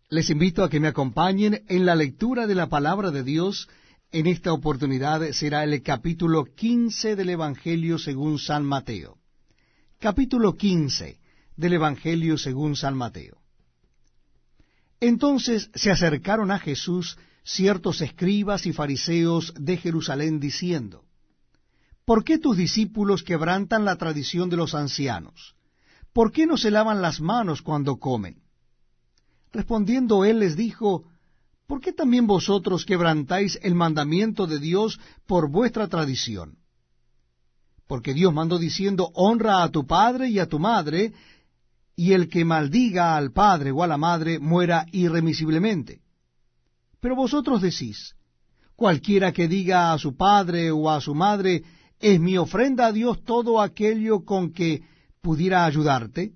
Les invito a que me acompañen en la lectura de la palabra de Dios. En esta oportunidad será el capítulo 15 del Evangelio según San Mateo. Capítulo 15 del Evangelio según San Mateo. Entonces se acercaron a Jesús ciertos escribas y fariseos de Jerusalén, diciendo: ¿Por qué tus discípulos quebrantan la tradición de los ancianos? ¿Por qué no se lavan las manos cuando comen? Respondiendo él les dijo: ¿Por qué también vosotros quebrantáis el mandamiento de Dios por vuestra tradición? Porque Dios mandó diciendo: honra a tu padre y a tu madre, y el que maldiga al padre o a la madre muera irremisiblemente. Pero vosotros decís: cualquiera que diga a su padre o a su madre, es mi ofrenda a Dios todo aquello con que pudiera ayudarte,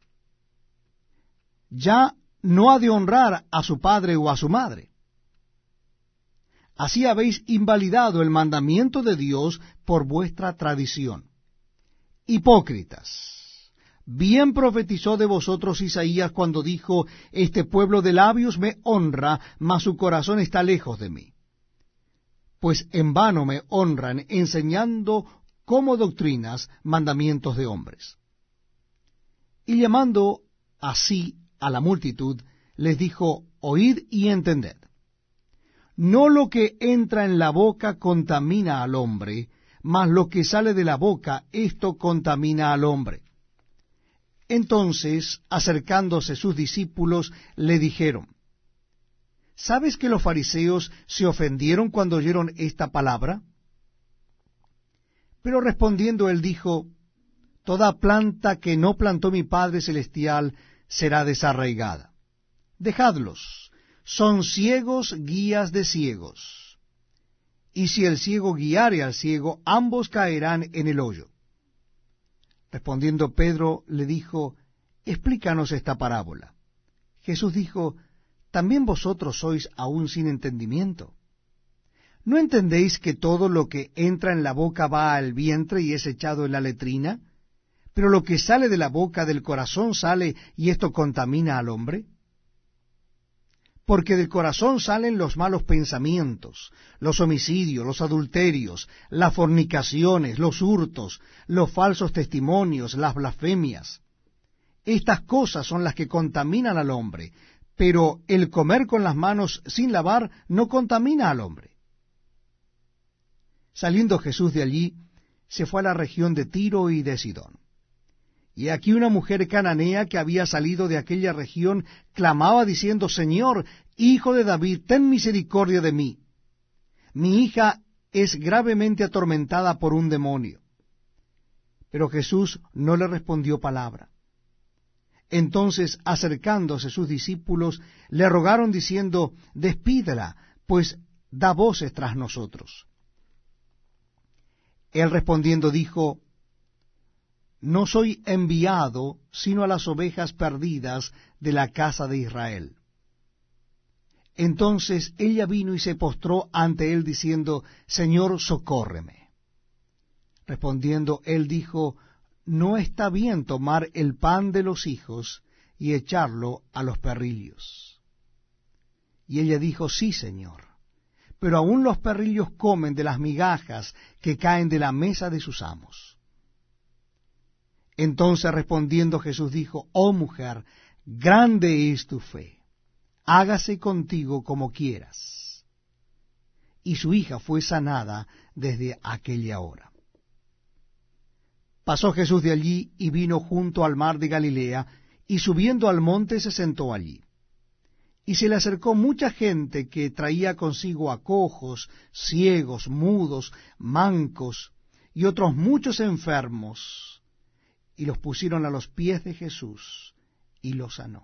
ya no ha de honrar a su padre o a su madre. Así habéis invalidado el mandamiento de Dios por vuestra tradición. Hipócritas, bien profetizó de vosotros Isaías cuando dijo: este pueblo de labios me honra, mas su corazón está lejos de mí. Pues en vano me honran, enseñando como doctrinas mandamientos de hombres. Y llamando así a la multitud, les dijo: oíd y entended. No lo que entra en la boca contamina al hombre, mas lo que sale de la boca, esto contamina al hombre. Entonces, acercándose sus discípulos, le dijeron: ¿sabes que los fariseos se ofendieron cuando oyeron esta palabra? Pero respondiendo él dijo: toda planta que no plantó mi Padre Celestial será desarraigada. Dejadlos, son ciegos guías de ciegos. Y si el ciego guiare al ciego, ambos caerán en el hoyo. Respondiendo Pedro le dijo: explícanos esta parábola. Jesús dijo: ¿también vosotros sois aún sin entendimiento? ¿No entendéis que todo lo que entra en la boca va al vientre y es echado en la letrina? Pero lo que sale de la boca del corazón sale, y esto contamina al hombre. Porque del corazón salen los malos pensamientos, los homicidios, los adulterios, las fornicaciones, los hurtos, los falsos testimonios, las blasfemias. Estas cosas son las que contaminan al hombre, pero el comer con las manos sin lavar no contamina al hombre. Saliendo Jesús de allí, se fue a la región de Tiro y de Sidón. Y aquí una mujer cananea que había salido de aquella región clamaba diciendo: Señor, Hijo de David, ten misericordia de mí. Mi hija es gravemente atormentada por un demonio. Pero Jesús no le respondió palabra. Entonces, acercándose sus discípulos, le rogaron diciendo: despídela, pues da voces tras nosotros. Él respondiendo dijo: no soy enviado sino a las ovejas perdidas de la casa de Israel. Entonces ella vino y se postró ante él diciendo: Señor, socórreme. Respondiendo él dijo: no está bien tomar el pan de los hijos y echarlo a los perrillos. Y ella dijo: sí, Señor, pero aun los perrillos comen de las migajas que caen de la mesa de sus amos. Entonces respondiendo Jesús dijo: oh mujer, grande es tu fe, hágase contigo como quieras. Y su hija fue sanada desde aquella hora. Pasó Jesús de allí y vino junto al mar de Galilea, y subiendo al monte se sentó allí. Y se le acercó mucha gente que traía consigo a cojos, ciegos, mudos, mancos, y otros muchos enfermos, y los pusieron a los pies de Jesús, y los sanó.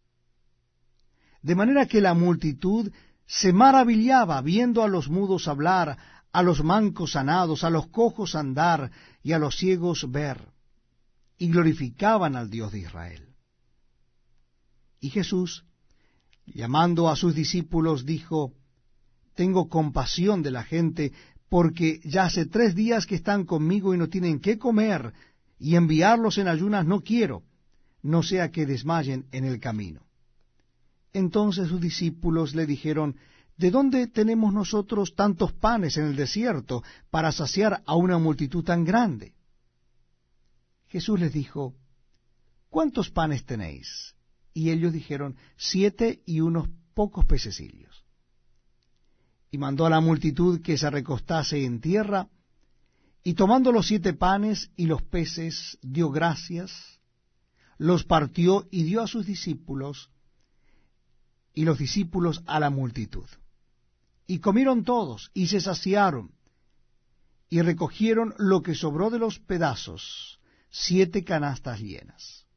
De manera que la multitud se maravillaba viendo a los mudos hablar, a los mancos sanados, a los cojos andar, y a los ciegos ver, y glorificaban al Dios de Israel. Y Jesús, llamando a sus discípulos, dijo: tengo compasión de la gente, porque ya hace 3 días que están conmigo y no tienen qué comer, y enviarlos en ayunas no quiero, no sea que desmayen en el camino. Entonces sus discípulos le dijeron, ¿de dónde tenemos nosotros tantos panes en el desierto para saciar a una multitud tan grande? Jesús les dijo, ¿cuántos panes tenéis? Y ellos dijeron, 7 y unos pocos pececillos. Y mandó a la multitud que se recostase en tierra, y tomando los 7 panes y los peces, dio gracias, los partió y dio a sus discípulos, y los discípulos a la multitud. Y comieron todos, y se saciaron, y recogieron lo que sobró de los pedazos, 7 canastas llenas.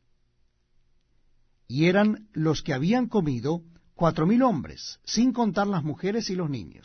Y eran los que habían comido 4,000 hombres, sin contar las mujeres y los niños.